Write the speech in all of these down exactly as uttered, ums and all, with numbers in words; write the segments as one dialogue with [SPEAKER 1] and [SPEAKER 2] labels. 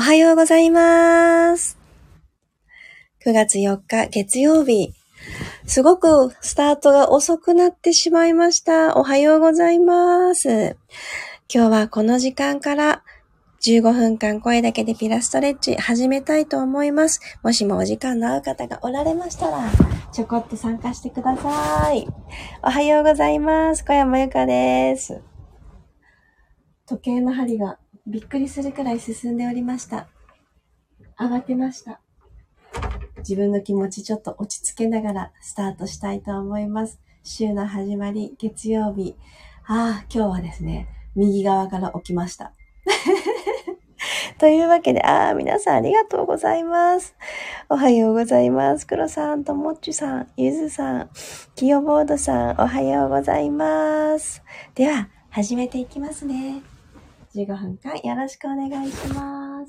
[SPEAKER 1] はようございます。くがつよっか月曜日。すごくスタートが遅くなってしまいました。おはようございます。今日はこの時間からじゅうごふんかん声だけでピラストレッチ始めたいと思います。もしもお時間の合う方がおられましたら、ちょこっと参加してください。おはようございます。小山由かです。時計の針がびっくりするくらい進んでおりました。慌てました。自分の気持ちちょっと落ち着けながらスタートしたいと思います。週の始まり、月曜日。ああ、今日はですね、右側から起きました。というわけで、ああ、皆さんありがとうございます。おはようございます。黒さん、ともっちさん、ゆずさん、きよボードさん、おはようございます。では、始めていきますね。じゅうごふんかんよろしくお願いします。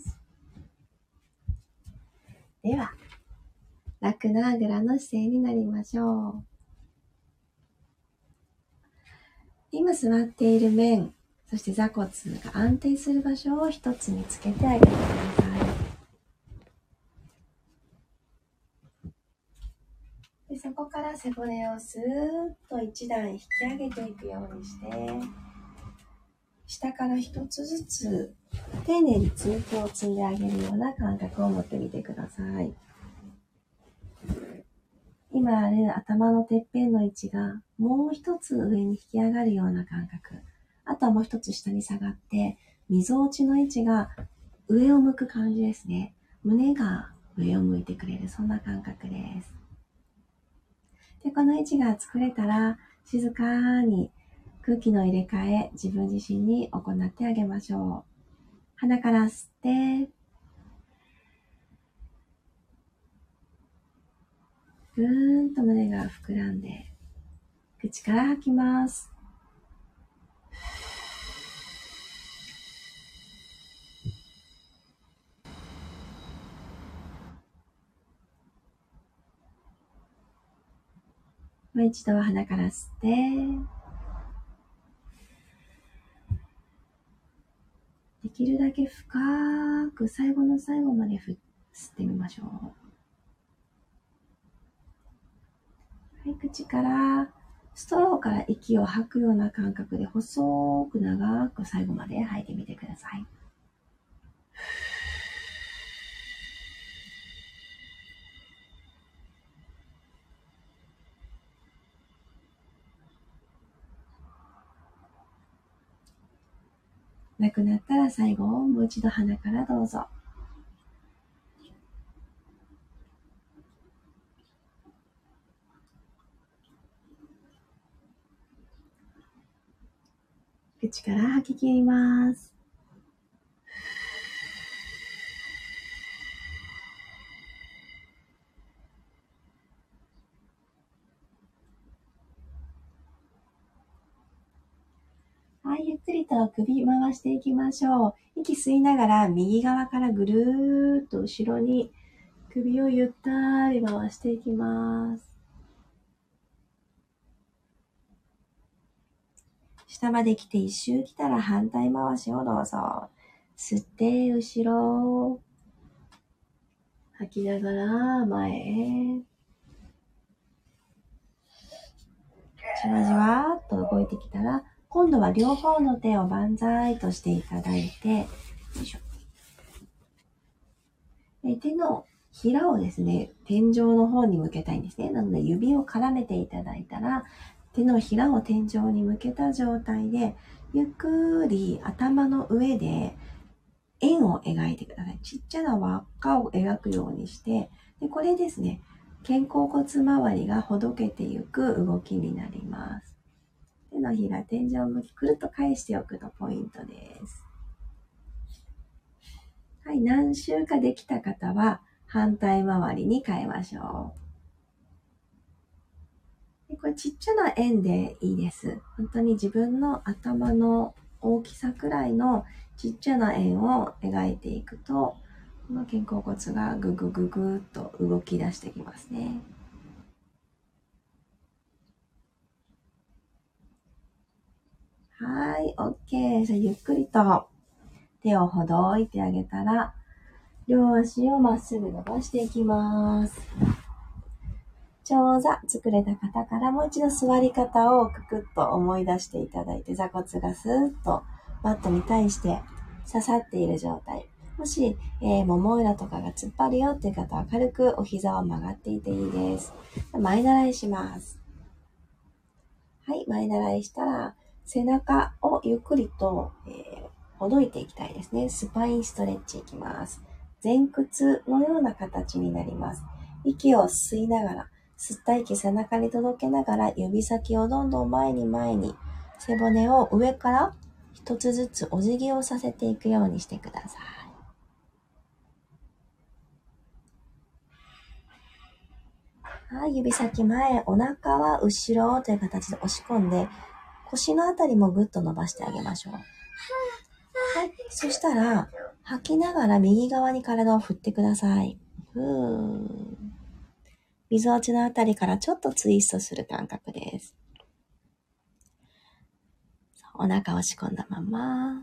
[SPEAKER 1] では、楽なあぐらの姿勢になりましょう。今座っている面、そして座骨が安定する場所を一つ見つけてあげてください。で、そこから背骨をスーッと一段引き上げていくようにして、下から一つずつ丁寧に通気を積んであげるような感覚を持ってみてください。今ある頭のてっぺんの位置がもう一つ上に引き上がるような感覚。あとはもう一つ下に下がって、溝落ちの位置が上を向く感じですね。胸が上を向いてくれる、そんな感覚です。で、この位置が作れたら、静かに空気の入れ替え、自分自身に行ってあげましょう。鼻から吸って、ぐーんと胸が膨らんで、口から吐きます。もう一度鼻から吸って、できるだけ深く最後の最後まで吸ってみましょう。はい、口からストローから息を吐くような感覚で細く長く最後まで吐いてみてください。なくなったら最後もう一度鼻からどうぞ。口から吐き切ります。はい、ゆっくりと首回していきましょう。息吸いながら右側からぐるーっと後ろに首をゆったり回していきます。下まで来て一周来たら反対回しをどうぞ。吸って後ろ、吐きながら前へ。じわじわっと動いてきたら、今度は両方の手を万歳としていただいて、よいしょ。で手のひらをですね、天井の方に向けたいんですね。なので指を絡めていただいたら、手のひらを天井に向けた状態で、ゆっくり頭の上で円を描いてください。ちっちゃな輪っかを描くようにして、でこれですね、肩甲骨周りがほどけていく動きになります。手のひら天井向きくるっと返しておくとポイントです。はい、何周かできた方は反対回りに変えましょう。でこれちっちゃな円でいいです。本当に自分の頭の大きさくらいのちっちゃな円を描いていくと、この肩甲骨がぐぐぐぐっと動き出してきますね。はい、OK。じゃあゆっくりと手をほどいてあげたら、 両足をまっすぐ伸ばしていきます。長座作れた方からもう一度座り方をくくっと思い出していただいて、座骨がスーッとマットに対して刺さっている状態。もし、えー、もも裏とかが突っ張るよっていう方は軽くお膝を曲がっていていいです。前習いします。はい、前習いしたら背中をゆっくりと、えー、ほどいていきたいですね。スパインストレッチいきます。前屈のような形になります。息を吸いながら、吸った息背中に届けながら指先をどんどん前に前に背骨を上から一つずつお辞儀をさせていくようにしてください。はい、指先前、お腹は後ろという形で押し込んで、腰のあたりもぐっと伸ばしてあげましょう。はい、そしたら吐きながら右側に体を振ってください。ふー。みぞおちのあたりからちょっとツイストする感覚です。お腹を押し込んだまま。はい、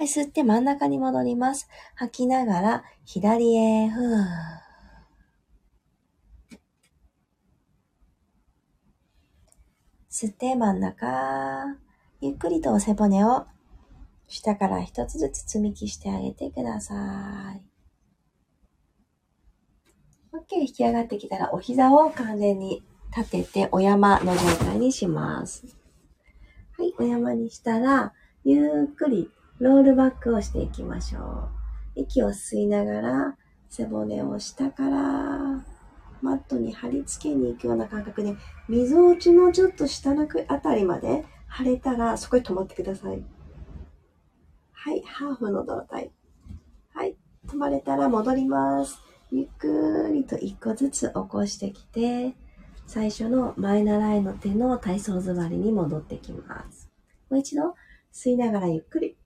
[SPEAKER 1] 吸って真ん中に戻ります。吐きながら左へ、ふー。吸って真ん中。ゆっくりと背骨を下から一つずつ積み木してあげてください。OK、引き上がってきたらお膝を完全に立ててお山の状態にします。はい、お山にしたらゆっくりロールバックをしていきましょう。息を吸いながら背骨を下からマットに貼り付けに行くような感覚で、みぞおちのちょっと下のあたりまで腫れたらそこに止まってください。はい、ハーフの状態。はい、止まれたら戻ります。ゆっくりと一個ずつ起こしてきて、最初の前習いの手の体操座りに戻ってきます。もう一度吸いながらゆっくり。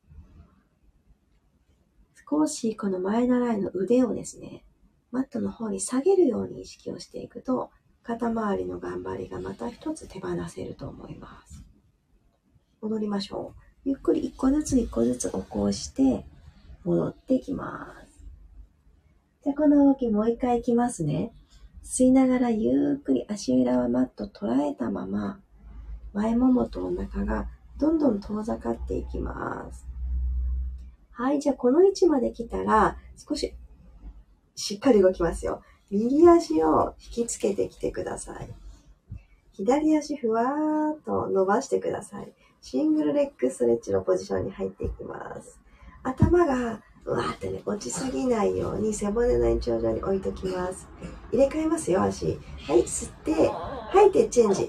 [SPEAKER 1] 少しこの前習いの腕をですね、マットの方に下げるように意識をしていくと、肩周りの頑張りがまた一つ手放せると思います。戻りましょう。ゆっくり一個ずつ一個ずつ起こして戻っていきます。じゃあこの動きもう一回いきますね。吸いながらゆっくり足裏はマット捉えたまま、前ももとお腹がどんどん遠ざかっていきます。はい、じゃあこの位置まで来たら少ししっかり動きますよ。右足を引きつけてきてください。左足ふわーっと伸ばしてください。シングルレッグストレッチのポジションに入っていきます。頭がうわーってね、落ちすぎないように背骨の延長上に置いときます。入れ替えますよ、足。はい、吸って、吐いてチェンジ。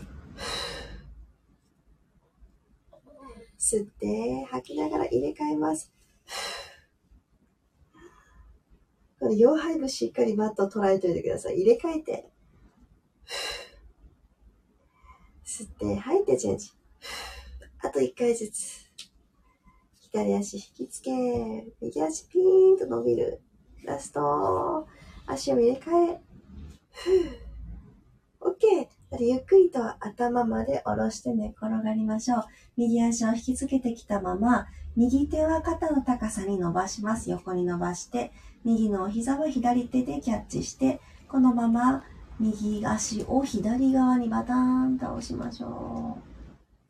[SPEAKER 1] 吸って、吐きながら入れ替えます。この両背部しっかりマットを捉えておいてください。入れ替えて。吸って、吐いてチェンジ。あといっかいずつ。左足引きつけ、右足ピーンと伸びる。ラスト。足を入れ替え。OK。ゆっくりと頭まで下ろして寝転がりましょう。右足を引きつけてきたまま、右手は肩の高さに伸ばします。横に伸ばして、右のお膝は左手でキャッチして、このまま右足を左側にバターン倒しましょう。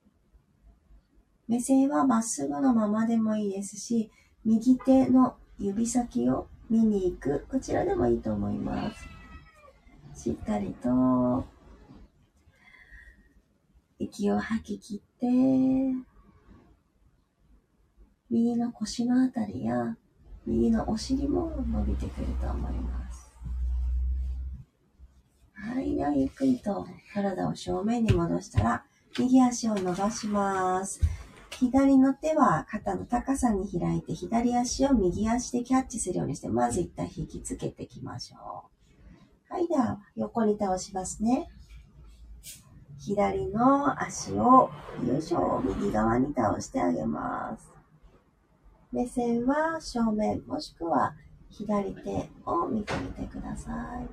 [SPEAKER 1] 目線はまっすぐのままでもいいですし、右手の指先を見に行く、こちらでもいいと思います。しっかりと息を吐き切って、右の腰のあたりや右のお尻も伸びてくると思います。はい、ではゆっくりと体を正面に戻したら、右足を伸ばします。左の手は肩の高さに開いて、左足を右足でキャッチするようにして、まず一旦引きつけていきましょう。はい、では横に倒しますね。左の足をよいしょ、右側に倒してあげます。目線は正面もしくは左手を見てみてください。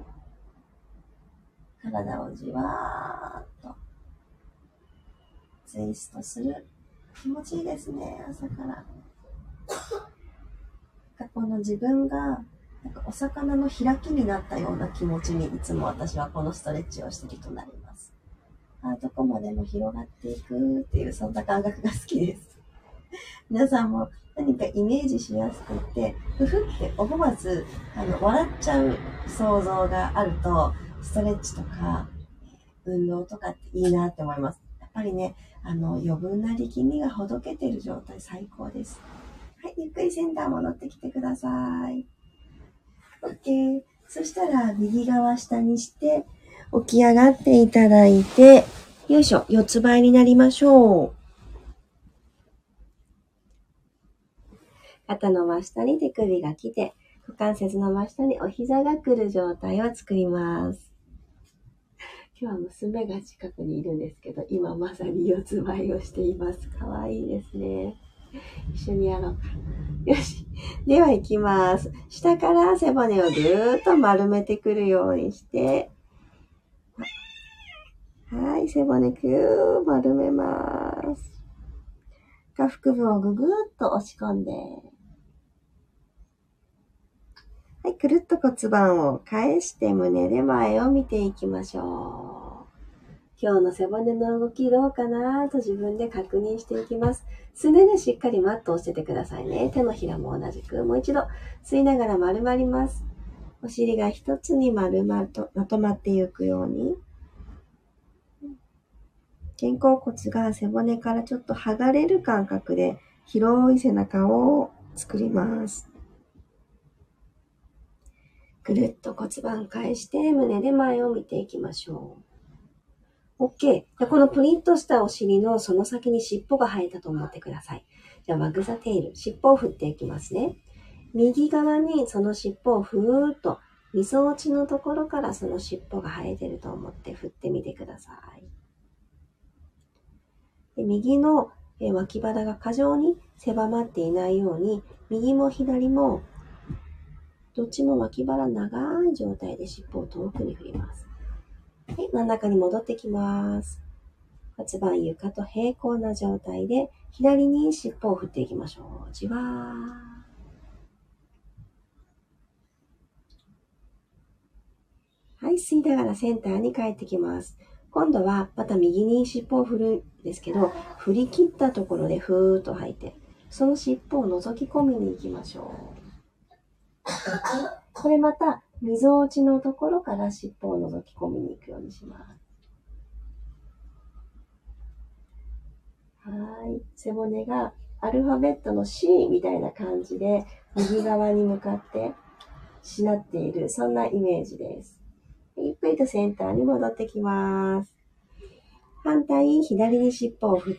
[SPEAKER 1] 体をじわーっとツイストする。気持ちいいですね、朝から。過去の自分がなんかお魚の開きになったような気持ちにいつも私はこのストレッチをしてるとなります。あ、どこまでも広がっていくっていう、そんな感覚が好きです。皆さんも何かイメージしやすくって、ふふって思わずあの笑っちゃう想像があると、ストレッチとか運動とかっていいなって思います。やっぱりね、あの余分な力みがほどけている状態最高です。はい、ゆっくりセンター戻ってきてください。 OK。 そしたら右側下にして起き上がっていただいて、よいしょ、四つ倍になりましょう。肩の真下に手首が来て、股関節の真下にお膝が来る状態を作ります。今日は娘が近くにいるんですけど、今まさに四つ倍をしています。かわいいですね。一緒にやろうか。よし。では行きます。下から背骨をぐーっと丸めてくるようにして、はい、背骨ぐー丸めます。下腹部をぐぐーっと押し込んで、はい、くるっと骨盤を返して胸で前を見ていきましょう。今日の背骨の動きどうかなと自分で確認していきます。すねでしっかりマットを押しててくださいね。手のひらも同じく。もう一度吸いながら丸まります。お尻が一つに丸まとまとまっていくように。肩甲骨が背骨からちょっと剥がれる感覚で広い背中を作ります。ぐるっと骨盤返して胸で前を見ていきましょう。OK。じゃこのプリンとしたお尻のその先に尻尾が生えたと思ってください。じゃあワグザテール、尻尾を振っていきますね。右側にその尻尾をふーっと、みぞおちのところからその尻尾が生えてると思って振ってみてください。で右の脇腹が過剰に狭まっていないように、右も左もどっちも脇腹長い状態で尻尾を遠くに振ります。はい、真ん中に戻ってきます。骨盤床と平行な状態で左に尻尾を振っていきましょう。じわー。はい、吸いながらセンターに帰ってきます。今度はまた右に尻尾を振るんですけど、振り切ったところでふーっと吐いて、その尻尾を覗き込みに行きましょう。これまた、みぞおちのところから尻尾を覗き込みに行くようにします。はい。背骨がアルファベットの C みたいな感じで、右側に向かってしなっている、そんなイメージです。ゆっくりとセンターに戻ってきます。反対、左に尻尾を振って、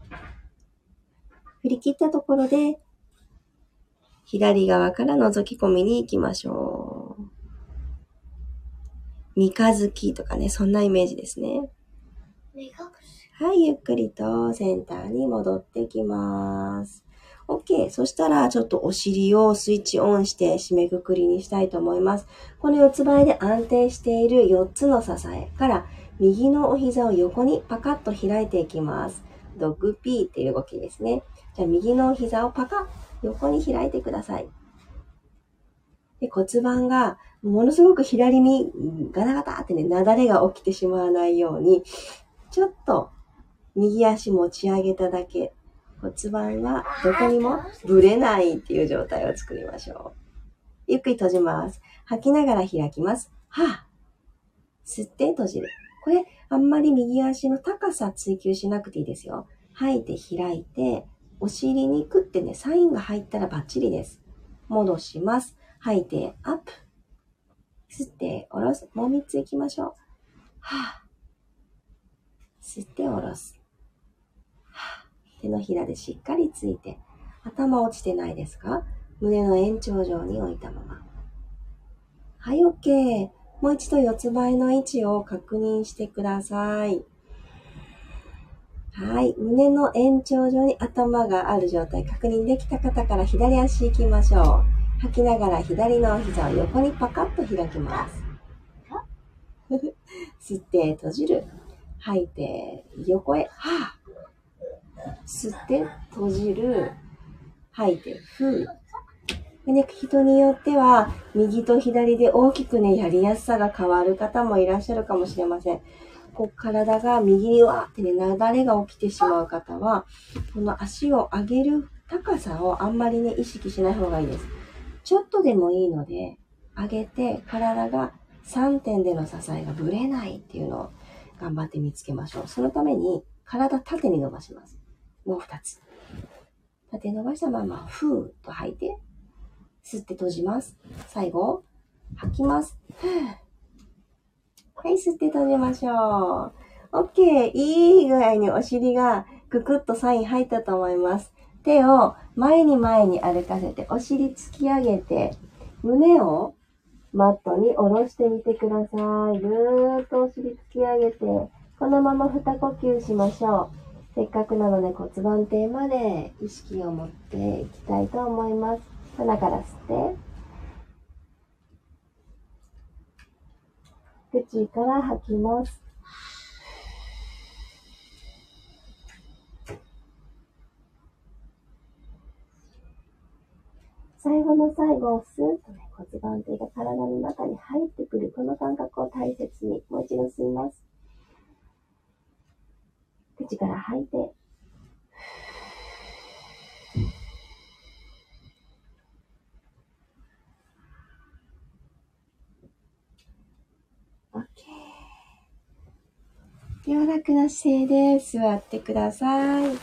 [SPEAKER 1] 振り切ったところで、左側から覗き込みに行きましょう。三日月とかね、そんなイメージですね。はい、ゆっくりとセンターに戻ってきます。OK。そしたら、ちょっとお尻をスイッチオンして締めくくりにしたいと思います。この四つ倍で安定しているよっつの支えから、右のお膝を横にパカッと開いていきます。ドッグピーっていう動きですね。じゃあ、右のお膝をパカッ、横に開いてください。で、骨盤がものすごく左にガタガタってね、なだれが起きてしまわないように、ちょっと右足持ち上げただけ。骨盤はどこにもぶれないっていう状態を作りましょう。ゆっくり閉じます。吐きながら開きます。はぁ。吸って閉じる。これ、あんまり右足の高さ追求しなくていいですよ。吐いて開いて、お尻にクってね、サインが入ったらバッチリです。戻します。吐いてアップ。吸って下ろす。もうみっついきましょう。はぁ。吸って下ろす。手のひらでしっかりついて、頭落ちてないですか？胸の延長上に置いたまま。はい、OK。もう一度四つ倍の位置を確認してください。はい、胸の延長上に頭がある状態確認できた方から左足行きましょう。吐きながら左の膝を横にパカッと開きます。吸って閉じる。吐いて横へ。はぁ。吸って閉じる。吐いてふう。 ね、人によっては、右と左で大きくね、やりやすさが変わる方もいらっしゃるかもしれません。こう体が右にわーってね、なだれが起きてしまう方は、この足を上げる高さをあんまりね、意識しない方がいいです。ちょっとでもいいので、上げて体がさんてんでの支えがぶれないっていうのを頑張って見つけましょう。そのために体縦に伸ばします。もうふたつ。縦伸ばしたまま、ふーっと吐いて、吸って閉じます。最後、吐きます。はい、吸って閉じましょう。OK。いい具合にお尻がくくっとサイン入ったと思います。手を前に前に歩かせて、お尻突き上げて、胸をマットに下ろしてみてください。ぐーっとお尻突き上げて、このまま二呼吸しましょう。せっかくなので骨盤底まで意識を持っていきたいと思います。鼻から吸って、口から吐きます。最後の最後、スーッとね、骨盤底が体の中に入ってくる、この感覚を大切に、もう一度吸います。口から吐いて、OK。柔らかな姿勢で座ってください。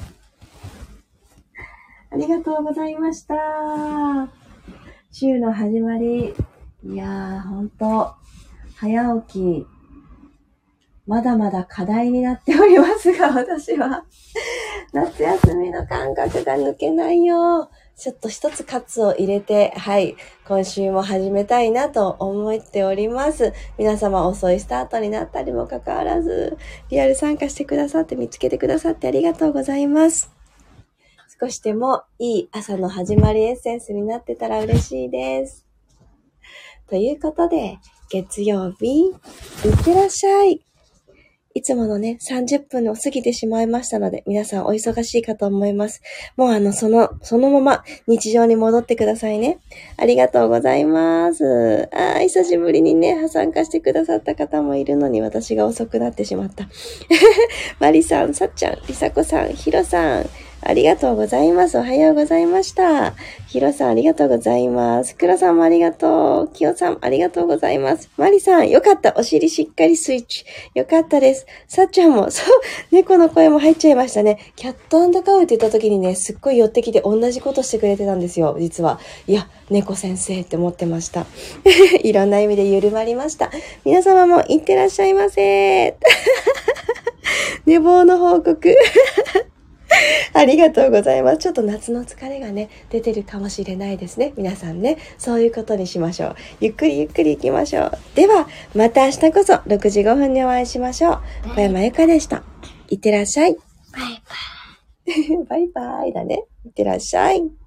[SPEAKER 1] ありがとうございました。週の始まり、いやー、ほんと、早起き、まだまだ課題になっておりますが、私は。夏休みの感覚が抜けないよ。ちょっと一つカツを入れて、はい、今週も始めたいなと思っております。皆様遅いスタートになったりもかかわらず、リアル参加してくださって見つけてくださってありがとうございます。少しでもいい朝の始まりエッセンスになってたら嬉しいです。ということで、月曜日、いってらっしゃい。いつものね、さんじゅっぷんを過ぎてしまいましたので、皆さんお忙しいかと思います。もうあの、その、そのまま日常に戻ってくださいね。ありがとうございます。あー、久しぶりにね、参加してくださった方もいるのに、私が遅くなってしまった。マリさん、さっちゃん、りさこさん、ひろさん、ありがとうございます。おはようございました。ひろさん、ありがとうございます。くろさんもありがとう。きよさん、ありがとうございます。まりさん、よかった。お尻しっかりスイッチ。よかったです。さっちゃんも、そう、猫の声も入っちゃいましたね。キャット&カウって言った時にね、すっごい寄ってきて同じことしてくれてたんですよ、実は。いや、猫先生って思ってました。いろんな意味で緩まりました。皆様もいってらっしゃいませ。寝坊の報告。ありがとうございます。ちょっと夏の疲れがね、出てるかもしれないですね。皆さんね、そういうことにしましょう。ゆっくりゆっくり行きましょう。では、また明日こそろくじごふんにお会いしましょう。小山由かでした。いってらっしゃい。バイバイ。バイバイだね。いってらっしゃい。